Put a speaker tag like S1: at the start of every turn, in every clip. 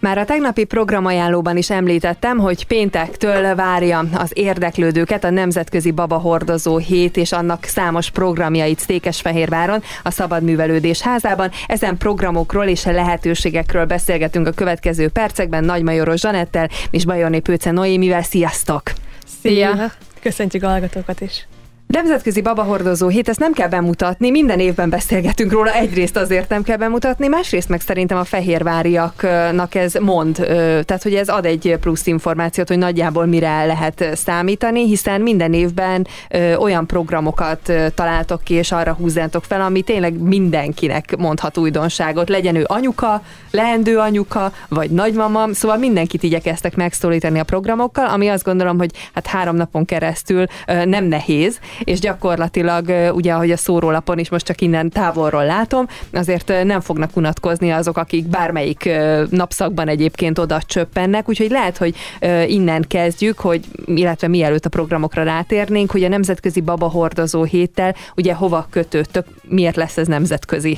S1: Már a tegnapi programajánlóban is említettem, hogy péntektől várja az érdeklődőket a Nemzetközi Babahordozó Hét és annak számos programjait Székesfehérváron, a Szabad Művelődés Házában. Ezen programokról és a lehetőségekről beszélgetünk a következő percekben Nagymajoros Zsanettel és Bajorné Pőce Noémivel. Sziasztok!
S2: Szia! Köszöntjük a hallgatókat is!
S1: Nemzetközi Babahordozó Hét, ezt nem kell bemutatni, minden évben beszélgetünk róla, egyrészt azért nem kell bemutatni, másrészt meg szerintem a fehérváriaknak ez mond, tehát hogy ez ad egy plusz információt, hogy nagyjából mire lehet számítani, hiszen minden évben olyan programokat találtok ki, és arra húzzátok fel, ami tényleg mindenkinek mondhat újdonságot, legyen ő anyuka, leendő anyuka, vagy nagymama, szóval mindenkit igyekeztek megszólítani a programokkal, ami azt gondolom, hogy hát 3 napon keresztül nem nehéz, és gyakorlatilag, ugye, ahogy a szórólapon is most csak innen távolról látom, azért nem fognak unatkozni azok, akik bármelyik napszakban egyébként oda csöppennek, úgyhogy lehet, hogy innen kezdjük, hogy, illetve mielőtt a programokra rátérnénk, hogy a Nemzetközi Babahordozó Héttel ugye hova kötődtök, miért lesz ez nemzetközi?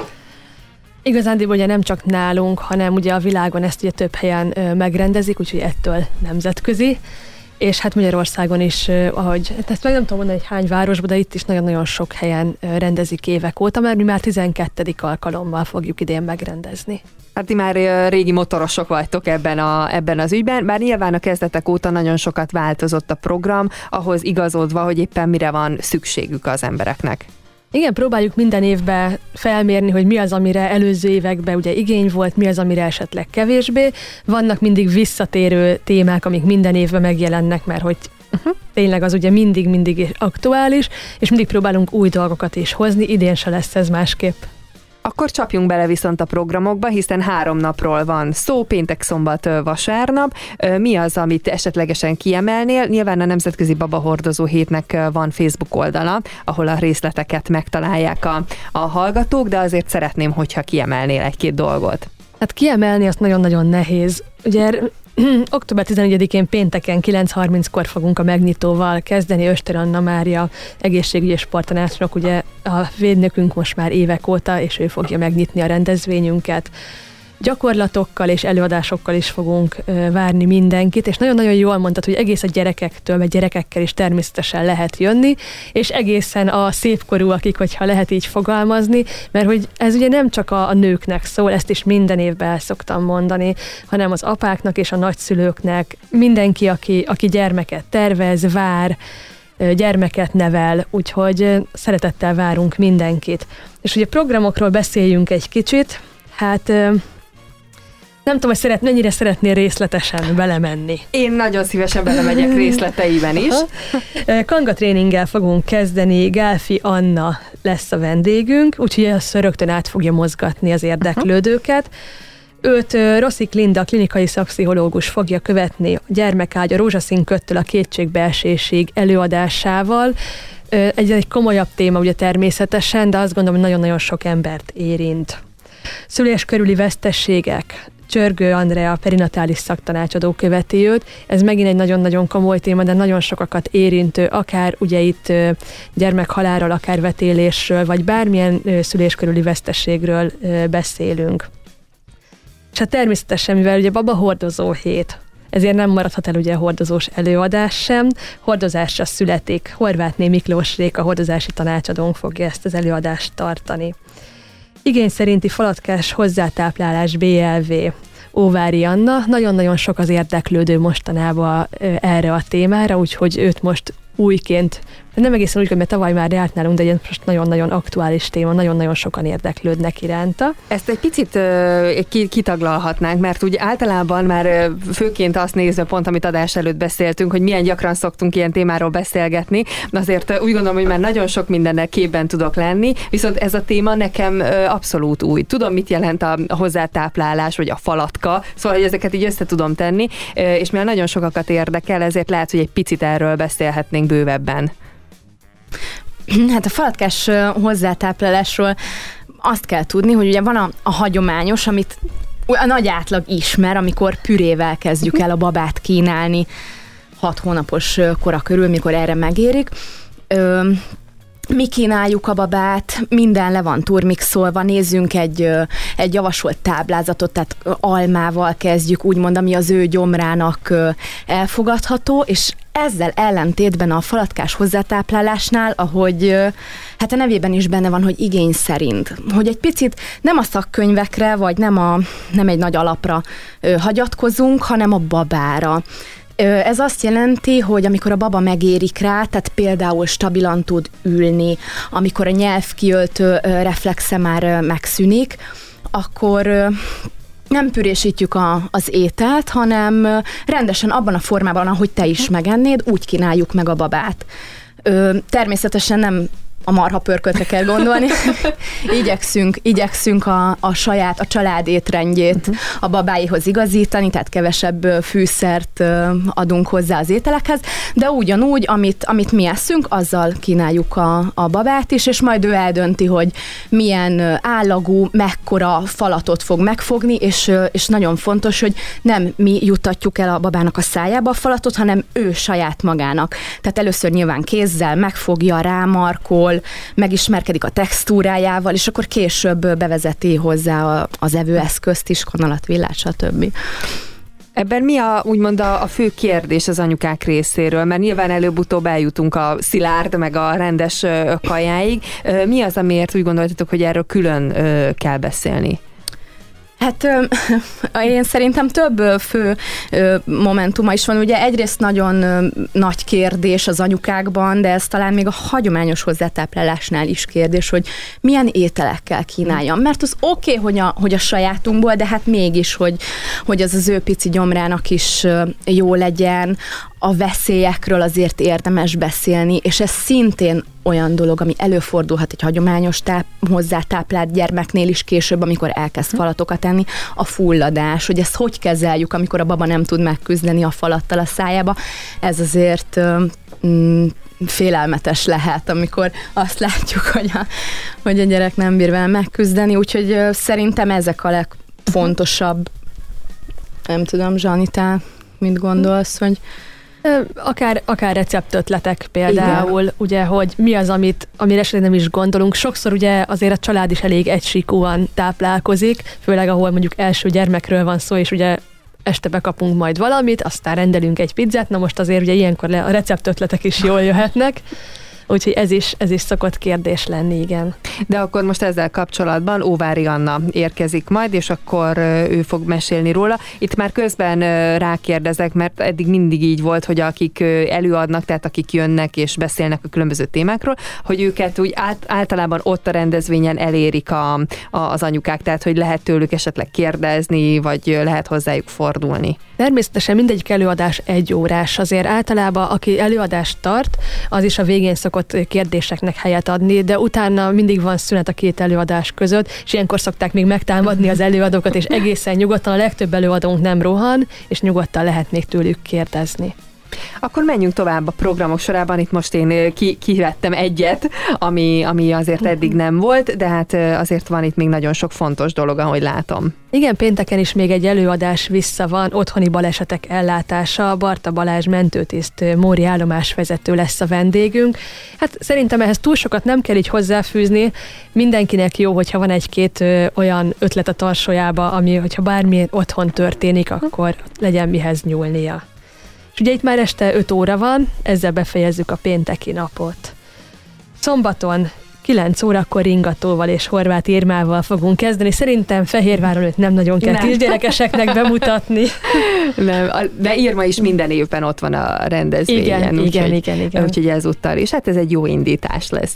S2: Igazándiból ugye nem csak nálunk, hanem ugye a világon ezt ugye több helyen megrendezik, úgyhogy ettől nemzetközi. És hát Magyarországon is, ahogy, ezt meg nem tudom mondani, hogy hány városban, de itt is nagyon-nagyon sok helyen rendezik évek óta, mert mi már 12. alkalommal fogjuk idén megrendezni.
S1: Hát ti már régi motorosok vagytok ebben az ügyben, bár nyilván a kezdetek óta nagyon sokat változott a program, ahhoz igazodva, hogy éppen mire van szükségük az embereknek.
S2: Igen, próbáljuk minden évben felmérni, hogy mi az, amire előző években ugye igény volt, mi az, amire esetleg kevésbé. Vannak mindig visszatérő témák, amik minden évben megjelennek, mert hogy tényleg az ugye mindig aktuális, és mindig próbálunk új dolgokat is hozni, idén se lesz ez másképp.
S1: Akkor csapjunk bele viszont a programokba, hiszen 3 napról van szó, péntek, szombat, vasárnap. Mi az, amit esetlegesen kiemelnél? Nyilván a Nemzetközi Babahordozó Hétnek van Facebook oldala, ahol a részleteket megtalálják a hallgatók, de azért szeretném, hogyha kiemelnél 1-2 dolgot.
S2: Hát kiemelni azt nagyon-nagyon nehéz. Ugye október 11-én pénteken 9:30-kor fogunk a megnyitóval kezdeni. Öster Anna Mária egészségügyi és sporttanácsnok, ugye a védnökünk most már évek óta, és ő fogja megnyitni a rendezvényünket. Gyakorlatokkal és előadásokkal is fogunk várni mindenkit, és nagyon-nagyon jól mondtad, hogy egész a gyerekektől, vagy gyerekekkel is természetesen lehet jönni, és egészen a szépkorúakig, hogyha lehet így fogalmazni, mert hogy ez ugye nem csak a nőknek szól, ezt is minden évben el szoktam mondani, hanem az apáknak és a nagyszülőknek, mindenki, aki gyermeket tervez, vár, gyermeket nevel, úgyhogy szeretettel várunk mindenkit. És ugye programokról beszéljünk egy kicsit, hát nem tudom, hogy mennyire szeretnél részletesen belemenni.
S1: Én nagyon szívesen belemegyek részleteiben is.
S2: Kanga tréninggel fogunk kezdeni, Gálfi Anna lesz a vendégünk, úgyhogy azt rögtön át fogja mozgatni az érdeklődőket. Őt Rosszik Linda, klinikai szakpszichológus fogja követni a gyermekágy a rózsaszín köttől a kétségbeesésig előadásával. Egy komolyabb téma ugye természetesen, de azt gondolom, hogy nagyon-nagyon sok embert érint. Szülés körüli vesztességek. Csörgő Andrea, perinatális szaktanácsadó követi őt. Ez megint egy nagyon-nagyon komoly téma, de nagyon sokakat érintő, akár ugye itt gyermekhalálról, akár vetélésről, vagy bármilyen szülés körüli vesztességről beszélünk. És hát természetesen, mivel ugye Babahordozó Hét, ezért nem maradhat el ugye a hordozós előadás sem. Hordozásra születik. Horvátné Miklós a hordozási tanácsadónk fogja ezt az előadást tartani. Igény szerinti falatkás hozzátáplálás BLV, Óvári Anna. Nagyon-nagyon sok az érdeklődő mostanában erre a témára, úgyhogy őt most újként, nem egészen úgy, mert tavaly már járt nálunk, de egy most nagyon-nagyon aktuális téma, nagyon-nagyon sokan érdeklődnek iránta.
S1: Ezt egy picit kitaglalhatnánk, mert úgy általában már főként azt nézve, pont amit adás előtt beszéltünk, hogy milyen gyakran szoktunk ilyen témáról beszélgetni, azért úgy gondolom, hogy már nagyon sok mindennek képben tudok lenni, viszont ez a téma nekem abszolút új. Tudom, mit jelent a hozzátáplálás, vagy a falatka, szóval, hogy ezeket így össze tudom tenni, és mivel nagyon sokakat érdekel, ezért lehet, hogy egy picit erről beszélhetnénk bővebben.
S3: Hát a falatkás hozzátáplálásról azt kell tudni, hogy ugye van a hagyományos, amit a nagy átlag ismer, amikor pürével kezdjük el a babát kínálni 6 hónapos kora körül, mikor erre megérik. mi kínáljuk a babát, minden le van turmixolva, nézzünk egy javasolt táblázatot, tehát almával kezdjük, úgymond, ami az ő gyomrának elfogadható, és ezzel ellentétben a falatkás hozzátáplálásnál, ahogy hát a nevében is benne van, hogy igény szerint, hogy egy picit nem a szakkönyvekre, vagy nem egy nagy alapra hagyatkozunk, hanem a babára. Ez azt jelenti, hogy amikor a baba megérik rá, tehát például stabilan tud ülni, amikor a nyelvkiöltő reflexe már megszűnik, akkor nem pürésítjük az ételt, hanem rendesen abban a formában, ahogy te is megennéd, úgy kínáljuk meg a babát. Természetesen nem a marha pörköltre kell gondolni. Igyekszünk a család étrendjét a babáihoz igazítani, tehát kevesebb fűszert adunk hozzá az ételekhez, de ugyanúgy, amit mi eszünk, azzal kínáljuk a babát is, és majd ő eldönti, hogy milyen állagú, mekkora falatot fog megfogni, és nagyon fontos, hogy nem mi juttatjuk el a babának a szájába a falatot, hanem ő saját magának. Tehát először nyilván kézzel megfogja, rámarkol, megismerkedik a textúrájával, és akkor később bevezeti hozzá az evőeszközt is, kanalat, villát, stb.
S1: Ebben mi úgymond a fő kérdés az anyukák részéről? Mert nyilván előbb-utóbb eljutunk a szilárd, meg a rendes kajáig. Mi az, amiért úgy gondoltatok, hogy erről külön kell beszélni?
S3: Hát én szerintem több fő momentuma is van. Ugye egyrészt nagyon nagy kérdés az anyukákban, de ez talán még a hagyományos hozzátáplálásnál is kérdés, hogy milyen ételekkel kínáljam. Mert az oké, hogy a sajátunkból, de hát mégis, hogy az ő pici gyomrának is jó legyen, a veszélyekről azért érdemes beszélni, és ez szintén olyan dolog, ami előfordulhat egy hagyományos hozzátáplált gyermeknél is később, amikor elkezd falatokat enni, a fulladás, hogy ezt hogy kezeljük, amikor a baba nem tud megküzdeni a falattal a szájába. Ez azért félelmetes lehet, amikor azt látjuk, hogy a gyerek nem bír vele megküzdeni, úgyhogy szerintem ezek a legfontosabb. Nem tudom, Zsani, te mit gondolsz, hogy
S2: Akár receptötletek például, igen. Ugye, hogy mi az, amire esetleg nem is gondolunk. Sokszor ugye azért a család is elég egysíkúan táplálkozik, főleg ahol mondjuk első gyermekről van szó, és ugye este bekapunk majd valamit, aztán rendelünk egy pizzát, na most azért ugye ilyenkor a receptötletek is jól jöhetnek. Úgyhogy ez is szokott kérdés lenni, igen.
S1: De akkor most ezzel kapcsolatban Óvári Anna érkezik majd, és akkor ő fog mesélni róla. Itt már közben rákérdezek, mert eddig mindig így volt, hogy akik előadnak, tehát akik jönnek és beszélnek a különböző témákról, hogy őket úgy általában ott a rendezvényen elérik az anyukák, tehát hogy lehet tőlük esetleg kérdezni, vagy lehet hozzájuk fordulni.
S2: Természetesen mindegyik előadás 1 órás. Azért általában, aki előadást tart, az is a végén szokott kérdéseknek helyet adni, de utána mindig van szünet a 2 előadás között, és ilyenkor szokták még megtámadni az előadókat, és egészen nyugodtan, a legtöbb előadónk nem rohan, és nyugodtan lehet még tőlük kérdezni.
S1: Akkor menjünk tovább a programok sorában. Itt most én kivettem egyet, ami azért eddig nem volt, de hát azért van itt még nagyon sok fontos dolog, ahogy látom.
S2: Igen, pénteken is még egy előadás vissza van, otthoni balesetek ellátása. Barta Balázs mentőtiszt Móri állomásvezető lesz a vendégünk. Hát szerintem ehhez túl sokat nem kell így hozzáfűzni. Mindenkinek jó, hogyha van 1-2 olyan ötlet a tarsójába, ami, hogyha bármi otthon történik, akkor legyen mihez nyúlnia. És ugye itt már este 5 óra van, ezzel befejezzük a pénteki napot. Szombaton 9 órakor Ringatóval és Horváth Irmával fogunk kezdeni. Szerintem Fehérváron őt nem nagyon kell kisgyerekeseknek bemutatni.
S1: Nem, de Irma is minden évben ott van a rendezvényen.
S2: Igen.
S1: Úgyhogy ezúttal is. Hát ez egy jó indítás lesz.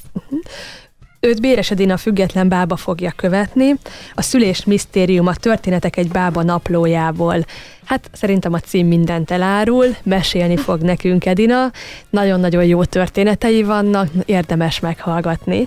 S2: Őt Béres Edina független bába fogja követni. A szülés misztérium, a történetek egy bába naplójából. Hát szerintem a cím mindent elárul, mesélni fog nekünk Edina. Nagyon-nagyon jó történetei vannak, érdemes meghallgatni.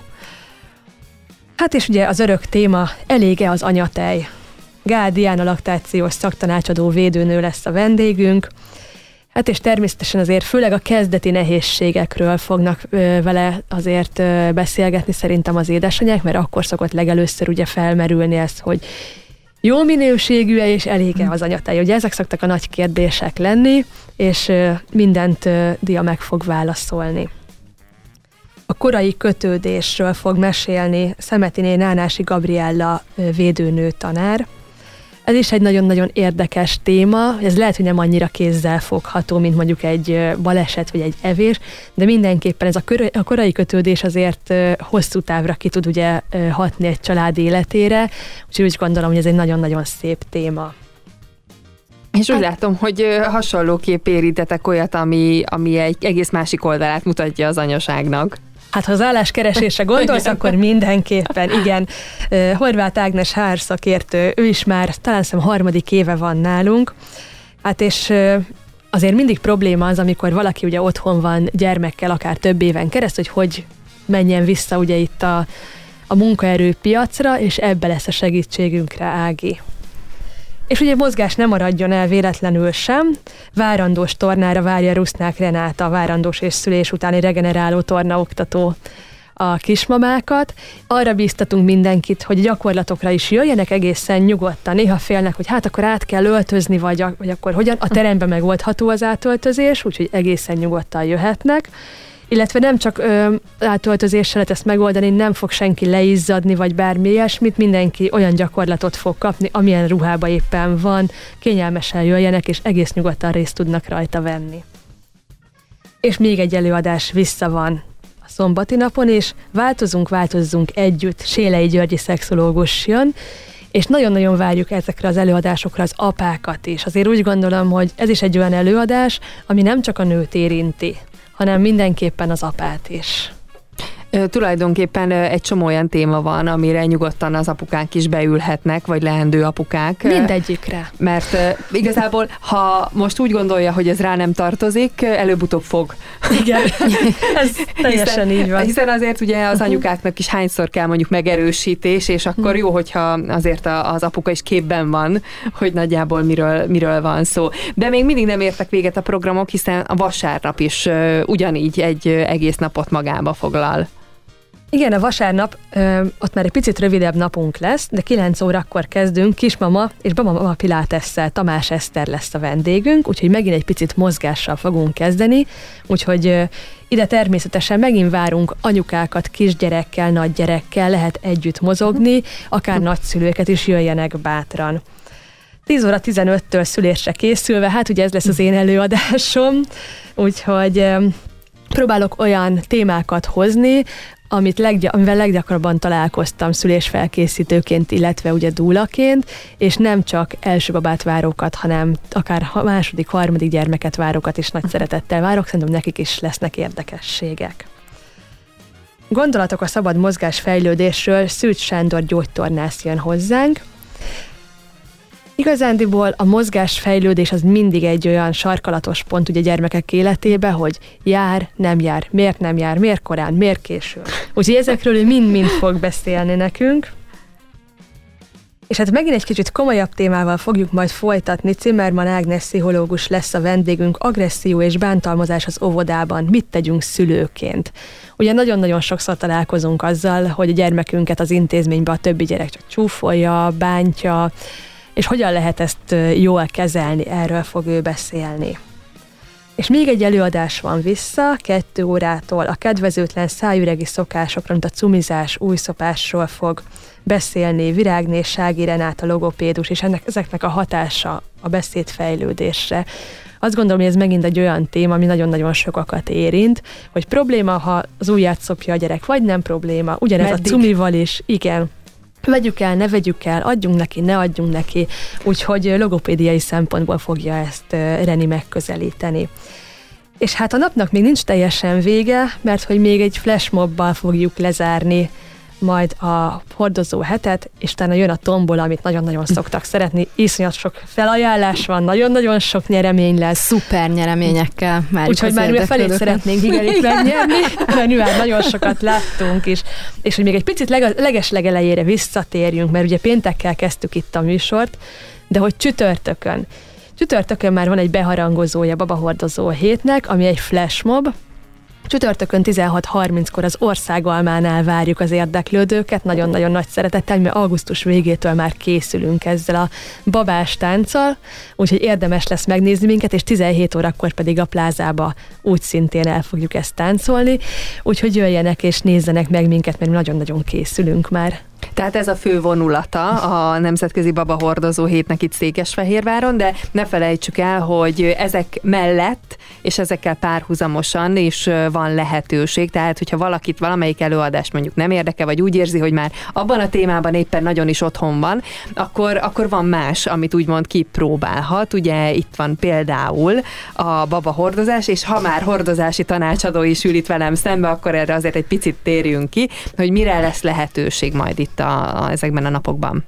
S2: Hát és ugye az örök téma, elége az anyatej. Gál Diana laktációs szaktanácsadó védőnő lesz a vendégünk. Hát és természetesen azért főleg a kezdeti nehézségekről fognak vele azért beszélgetni szerintem az édesanyák, mert akkor szokott legelőször ugye felmerülni ez, hogy jó minőségű-e és elég-e az anyatej. Ugye ezek szoktak a nagy kérdések lenni, és mindent Dia meg fog válaszolni. a korai kötődésről fog mesélni Szemetiné Nánási Gabriella védőnő tanár. Ez is egy nagyon-nagyon érdekes téma, ez lehet, hogy nem annyira kézzel fogható, mint mondjuk egy baleset vagy egy evés, de mindenképpen ez a korai kötődés azért hosszú távra ki tud ugye hatni egy család életére, úgyhogy úgy gondolom, hogy ez egy nagyon-nagyon szép téma.
S1: És úgy látom, hogy hasonlóképp érintetek olyat, ami egy egész másik oldalát mutatja az anyaságnak.
S2: Hát ha az álláskeresésre gondolsz, akkor mindenképpen, igen. Horváth Ágnes HR szakértő, ő is már talán 3. éve van nálunk, hát és azért mindig probléma az, amikor valaki ugye otthon van gyermekkel, akár több éven keresztül, hogy menjen vissza ugye itt a munkaerőpiacra, és ebbe lesz a segítségünkre Ági. És ugye mozgás nem maradjon el véletlenül sem. Várandós tornára várja Rusznák Renáta, várandós és szülés utáni regeneráló tornaoktató a kismamákat. Arra bíztatunk mindenkit, hogy gyakorlatokra is jöjjenek egészen nyugodtan. Néha félnek, hogy hát akkor át kell öltözni, vagy akkor hogyan. A teremben megoldható az átöltözés, úgyhogy egészen nyugodtan jöhetnek. Illetve nem csak átöltözéssel lehet ezt megoldani, nem fog senki leizzadni, vagy bármi ilyesmit, mindenki olyan gyakorlatot fog kapni, amilyen ruhába éppen van, kényelmesen jöjjenek, és egész nyugodtan részt tudnak rajta venni. És még egy előadás vissza van a szombati napon, és változzunk együtt, Sélei Györgyi szexológus jön, és nagyon-nagyon várjuk ezekre az előadásokra az apákat is. Azért úgy gondolom, hogy ez is egy olyan előadás, ami nem csak a nőt érinti, hanem mindenképpen az apát is.
S1: Tulajdonképpen egy csomó olyan téma van, amire nyugodtan az apukák is beülhetnek, vagy leendő apukák.
S2: Mindegyikre.
S1: Mert igazából, ha most úgy gondolja, hogy ez rá nem tartozik, előbb-utóbb fog.
S2: Igen, ez teljesen így van.
S1: Hiszen azért ugye az anyukáknak is hányszor kell mondjuk megerősítés, és akkor jó, hogyha azért az apuka is képben van, hogy nagyjából miről van szó. De még mindig nem értek véget a programok, hiszen a vasárnap is ugyanígy egy egész napot magába foglal.
S2: Igen, a vasárnap ott már egy picit rövidebb napunk lesz, de 9 órakor kezdünk, kismama és babamama Pilátesszel, Tamás Eszter lesz a vendégünk, úgyhogy megint egy picit mozgással fogunk kezdeni, úgyhogy ide természetesen megint várunk anyukákat, kisgyerekkel, nagygyerekkel, lehet együtt mozogni, akár nagyszülőket is jöjjenek bátran. 10 óra 15-től szülésre készülve, hát ugye ez lesz az én előadásom, úgyhogy próbálok olyan témákat hozni, amivel leggyakrabban találkoztam szülésfelkészítőként, illetve ugye dúlaként, és nem csak első babát várókat, hanem akár második, harmadik gyermeket várókat is nagy szeretettel várok, szerintem nekik is lesznek érdekességek. Gondolatok a szabad mozgás fejlődésről, Szűcs Sándor gyógytornász jön hozzánk. Igazándiból a mozgásfejlődés az mindig egy olyan sarkalatos pont ugye gyermekek életébe, hogy jár, nem jár, miért nem jár, miért korán, miért késő. Úgyhogy ezekről ő mind-mind fog beszélni nekünk. És hát megint egy kicsit komolyabb témával fogjuk majd folytatni. Zimmermann Ágnes pszichológus lesz a vendégünk, agresszió és bántalmazás az óvodában. Mit tegyünk szülőként? Ugye nagyon-nagyon sokszor találkozunk azzal, hogy a gyermekünket az intézményben a többi gyerek csak csúfolja, bántja, és hogyan lehet ezt jól kezelni, erről fog ő beszélni. És még egy előadás van vissza, 2 órától a kedvezőtlen szájüregi szokásokról, mint a cumizás, újszopásról fog beszélni Virágné Sági Renáta logopédus, és ezeknek a hatása a beszédfejlődésre. Azt gondolom, hogy ez megint egy olyan téma, ami nagyon-nagyon sokakat érint, hogy probléma, ha az ujját szopja a gyerek, vagy nem probléma, ugyanez a cumival is, igen. Vegyük el, ne vegyük el, adjunk neki, ne adjunk neki, úgyhogy logopédiai szempontból fogja ezt Reni megközelíteni. És hát a napnak még nincs teljesen vége, mert hogy még egy flashmobbal fogjuk lezárni majd a hordozó hetet, és utána jön a tombola, amit nagyon-nagyon szoktak szeretni. Iszonyat sok felajánlás van, nagyon-nagyon sok nyeremény lesz.
S3: Szuper nyereményekkel.
S2: Úgyhogy már mi a felét szeretnénk Igerit megnyerni, mert mi már nagyon sokat láttunk is. És hogy még egy picit legeslegelejére visszatérjünk, mert ugye péntekkel kezdtük itt a műsort, de hogy csütörtökön már van egy beharangozója babahordozó hétnek, ami egy flashmob, Csütörtökön 16:30-kor az Országalmánál várjuk az érdeklődőket, nagyon-nagyon nagy szeretettel, mert augusztus végétől már készülünk ezzel a babás tánccal, úgyhogy érdemes lesz megnézni minket, és 17 órakor pedig a plázába úgy szintén el fogjuk ezt táncolni, úgyhogy jöjjenek és nézzenek meg minket, mert nagyon-nagyon készülünk már.
S1: Tehát ez a fő vonulata a Nemzetközi Babahordozó Hétnek itt Székesfehérváron, de ne felejtsük el, hogy ezek mellett és ezekkel párhuzamosan is van lehetőség, tehát hogyha valakit valamelyik előadás mondjuk nem érdekel, vagy úgy érzi, hogy már abban a témában éppen nagyon is otthon van, akkor van más, amit úgymond kipróbálhat. Ugye itt van például a babahordozás, és ha már hordozási tanácsadó is ül itt velem szembe, akkor erre azért egy picit térjünk ki, hogy mire lesz lehetőség majd itt ezekben a napokban.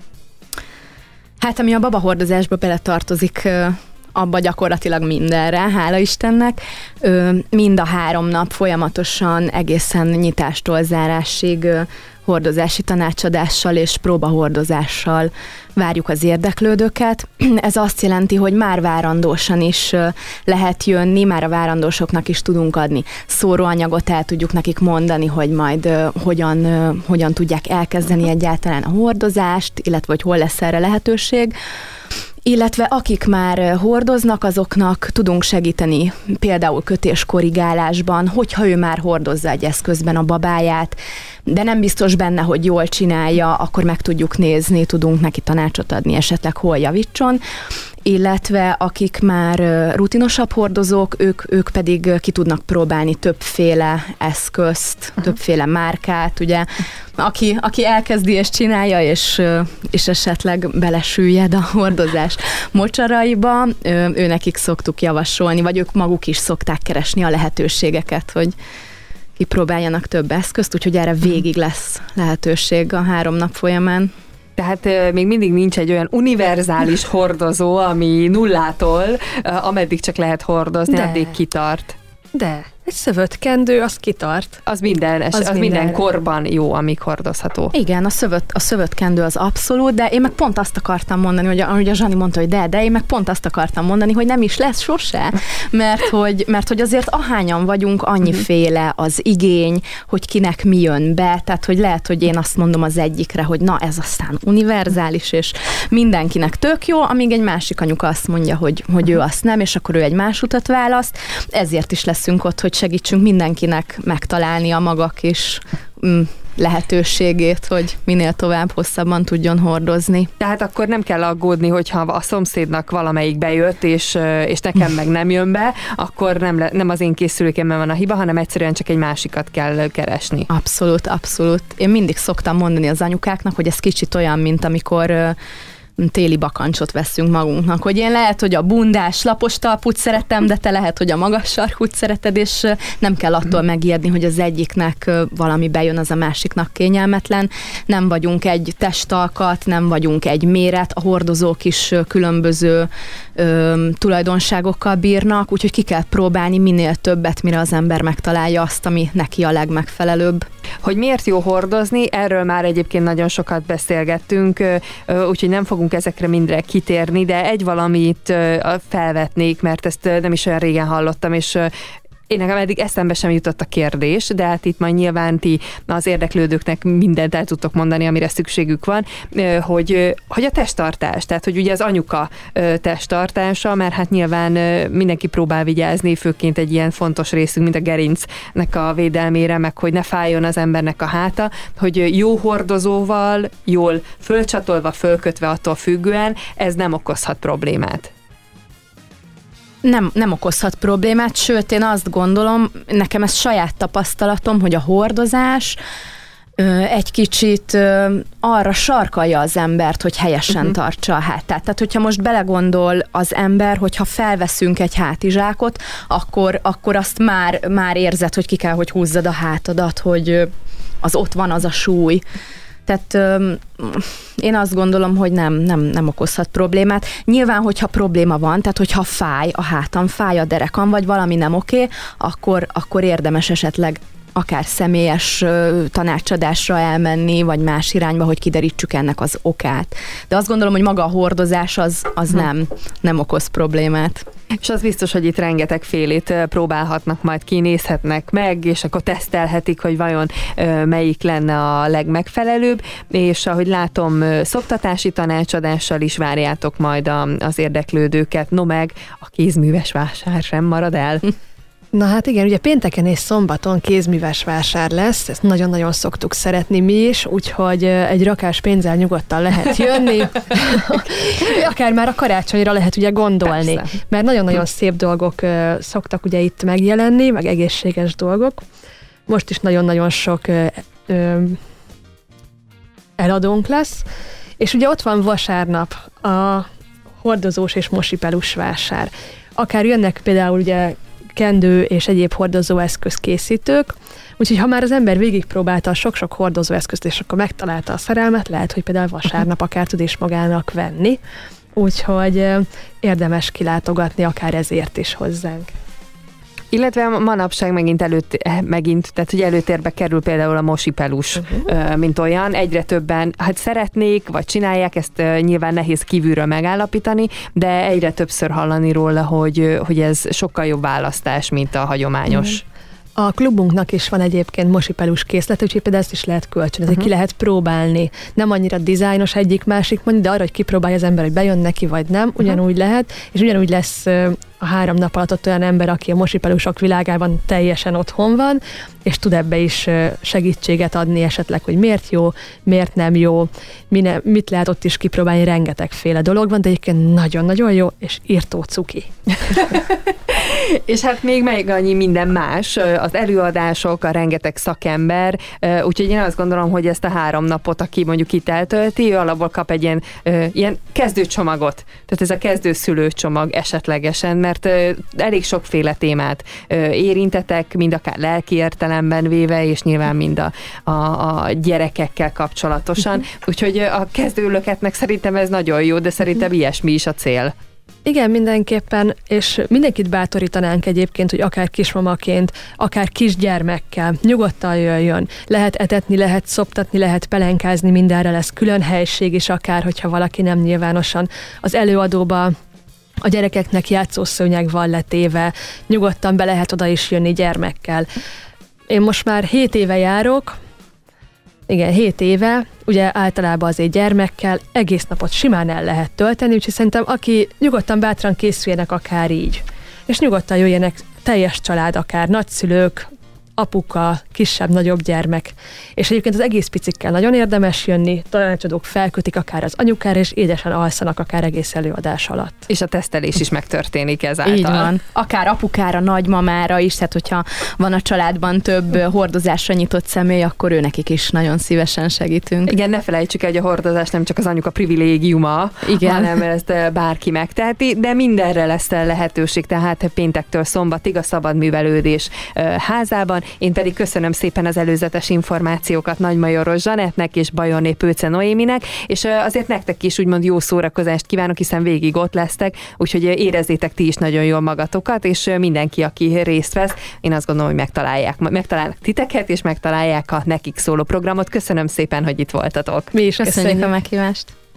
S3: Hát ami a babahordozásba beletartozik, abba gyakorlatilag mindenre, hála Istennek. Mind a 3 nap folyamatosan egészen nyitástól zárásig hordozási tanácsadással és próbahordozással várjuk az érdeklődőket. Ez azt jelenti, hogy már várandósan is lehet jönni, már a várandósoknak is tudunk adni szóróanyagot, el tudjuk nekik mondani, hogy majd hogyan tudják elkezdeni egyáltalán a hordozást, illetve hogy hol lesz erre lehetőség. Illetve akik már hordoznak, azoknak tudunk segíteni például kötéskorrigálásban, hogyha ő már hordozza egy eszközben a babáját, de nem biztos benne, hogy jól csinálja, akkor meg tudjuk nézni, tudunk neki tanácsot adni esetleg, hol javítson. Illetve akik már rutinosabb hordozók, ők pedig ki tudnak próbálni többféle eszközt, többféle márkát, ugye. Aki elkezdi és csinálja, és esetleg belesüllyed a hordozás mocsaraiba, őnekik szoktuk javasolni, vagy ők maguk is szokták keresni a lehetőségeket, hogy kipróbáljanak több eszközt, úgyhogy erre végig lesz lehetőség a 3 nap folyamán.
S1: Tehát még mindig nincs egy olyan univerzális hordozó, ami nullától, ameddig csak lehet hordozni, addig kitart.
S2: De egy szövötkendő, az kitart.
S1: Az minden korban jó, amíg hordozható.
S3: Igen, a szövötkendő az abszolút, de én meg pont azt akartam mondani, hogy ahogy a Zsani mondta, hogy de én meg pont azt akartam mondani, hogy nem is lesz sose, mert hogy azért ahányan vagyunk, annyiféle az igény, hogy kinek mi jön be, tehát hogy lehet, hogy én azt mondom az egyikre, hogy na ez aztán univerzális, és mindenkinek tök jó, amíg egy másik anyuka azt mondja, hogy ő azt nem, és akkor ő egy más utat választ. Ezért is leszünk ott, hogy segítsünk mindenkinek megtalálni a maga kis lehetőségét, hogy minél tovább hosszabban tudjon hordozni.
S1: Tehát akkor nem kell aggódni, hogyha a szomszédnak valamelyik bejött, és nekem meg nem jön be, akkor nem az én készülékemben van a hiba, hanem egyszerűen csak egy másikat kell keresni.
S3: Abszolút, abszolút. Én mindig szoktam mondani az anyukáknak, hogy ez kicsit olyan, mint amikor téli bakancsot veszünk magunknak, hogy én lehet, hogy a bundás, lapos talpút szeretem, de te lehet, hogy a magas sarkút szereted, és nem kell attól megijedni, hogy az egyiknek valami bejön, az a másiknak kényelmetlen. Nem vagyunk egy testalkat, nem vagyunk egy méret, a hordozók is különböző tulajdonságokkal bírnak, úgyhogy ki kell próbálni minél többet, mire az ember megtalálja azt, ami neki a legmegfelelőbb.
S1: Hogy miért jó hordozni, erről már egyébként nagyon sokat beszélgettünk, úgyhogy nem fogunk ezekre mindre kitérni, de egy valamit felvetnék, mert ezt nem is olyan régen hallottam, és én nekem eddig eszembe sem jutott a kérdés, de hát itt majd nyilván ti az érdeklődőknek mindent el tudtok mondani, amire szükségük van, hogy a testtartás, tehát hogy ugye az anyuka testtartása, mert hát nyilván mindenki próbál vigyázni, főként egy ilyen fontos részünk, mint a gerincnek a védelmére, meg hogy ne fájjon az embernek a háta, hogy jó hordozóval, jól fölcsatolva, fölkötve attól függően, ez nem okozhat problémát.
S3: Nem okozhat problémát, sőt, én azt gondolom, nekem ez saját tapasztalatom, hogy a hordozás egy kicsit arra sarkalja az embert, hogy helyesen tartsa a hátát. Tehát, hogyha most belegondol az ember, hogyha felveszünk egy hátizsákot, akkor azt már érzed, hogy ki kell, hogy húzzad a hátadat, hogy az ott van az a súly. Tehát én azt gondolom, hogy nem okozhat problémát. Nyilván, hogyha probléma van, tehát hogyha fáj a hátam, fáj a derekam, vagy valami nem oké, akkor érdemes esetleg akár személyes tanácsadásra elmenni, vagy más irányba, hogy kiderítsük ennek az okát. De azt gondolom, hogy maga a hordozás az nem okoz problémát.
S1: És az biztos, hogy itt rengeteg félét próbálhatnak, majd kinézhetnek meg, és akkor tesztelhetik, hogy vajon melyik lenne a legmegfelelőbb, és ahogy látom, szoptatási tanácsadással is várjátok majd az érdeklődőket, no meg a kézműves vásár sem marad el.
S2: Na hát igen, ugye pénteken és szombaton kézműves vásár lesz, ezt nagyon-nagyon szoktuk szeretni mi is, úgyhogy egy rakás pénzzel nyugodtan lehet jönni. Akár már a karácsonyra lehet ugye gondolni, persze. Mert nagyon-nagyon szép dolgok szoktak ugye itt megjelenni, meg egészséges dolgok. Most is nagyon-nagyon sok eladónk lesz, és ugye ott van vasárnap a hordozós és mosipelus vásár. Akár jönnek például ugye kendő és egyéb hordozóeszközkészítők, úgyhogy ha már az ember végigpróbálta a sok-sok hordozóeszközt, és akkor megtalálta a szerelmet, lehet, hogy például vasárnap akár tud is magának venni, úgyhogy érdemes kilátogatni akár ezért is hozzánk.
S1: Illetve manapság tehát hogy előtérbe kerül például a mosipelus, mint olyan. Egyre többen szeretnék, vagy csinálják, ezt nyilván nehéz kívülről megállapítani, de egyre többször hallani róla, hogy ez sokkal jobb választás, mint a hagyományos.
S2: A klubunknak is van egyébként mosipelus készlet, úgyhogy például ezt is lehet kölcsönözni, ki lehet próbálni. Nem annyira dizájnos egyik-másik mondja, de arra, hogy kipróbálja az ember, hogy bejön neki, vagy nem, ugyanúgy lehet, és ugyanúgy lesz a 3 nap alatt ott olyan ember, aki a mosipelusok világában teljesen otthon van, és tud ebbe is segítséget adni esetleg, hogy miért jó, miért nem jó, mit lehet ott is kipróbálni, rengetegféle dolog van, de egyébként nagyon-nagyon jó, és írtó cuki.
S1: És hát még annyi minden más, az előadások, a rengeteg szakember, úgyhogy én azt gondolom, hogy ezt a 3 napot, aki mondjuk itt eltölti, ő alapból kap egy ilyen kezdőcsomagot. Tehát ez a kezdőszülőcsomag esetlegesen, mert elég sokféle témát érintetek, mind akár lelki értelemben véve, és nyilván mind a gyerekekkel kapcsolatosan. Úgyhogy a kezdőlöketnek szerintem ez nagyon jó, de szerintem ilyesmi is a cél.
S2: Igen, mindenképpen, és mindenkit bátorítanánk egyébként, hogy akár kismamaként, akár kisgyermekkel nyugodtan jöjjön. Lehet etetni, lehet szoptatni, lehet pelenkázni, mindenre lesz külön helység is, akár hogyha valaki nem nyilvánosan az előadóba a gyerekeknek játszószőnyeg van letéve, nyugodtan be lehet oda is jönni gyermekkel. Én most már 7 éve járok, igen, 7 éve, ugye általában azért gyermekkel egész napot simán el lehet tölteni, úgyhogy szerintem aki nyugodtan bátran készüljenek akár így. És nyugodtan jöjjenek teljes család, akár nagyszülők, apuka, kisebb, nagyobb gyermek. És egyébként az egész picikkel nagyon érdemes jönni, tanácsadók felkötik akár az anyukára, és édesen alszanak akár egész előadás alatt.
S1: És a tesztelés is megtörténik ezáltal.
S3: Így van. Akár apukára, nagymamára is, tehát hogyha van a családban több hordozásra nyitott személy, akkor nekik is nagyon szívesen segítünk.
S1: Igen, ne felejtsük el, hogy a hordozás nem csak az anyuka privilégiuma, igen, hanem ezt bárki megteheti, de mindenre lesz lehetőség, tehát péntektől szombatig a szabadművelődés házában. Én pedig köszönöm szépen az előzetes információkat Nagymajoros Zsanettnek és Bajorné Pőce Noéminek, és azért nektek is úgymond jó szórakozást kívánok, hiszen végig ott lesztek, úgyhogy érezzétek ti is nagyon jól magatokat, és mindenki, aki részt vesz, én azt gondolom, hogy megtalálnak titeket, és megtalálják a nekik szóló programot. Köszönöm szépen, hogy itt voltatok.
S3: Mi is köszönjük a meghívást.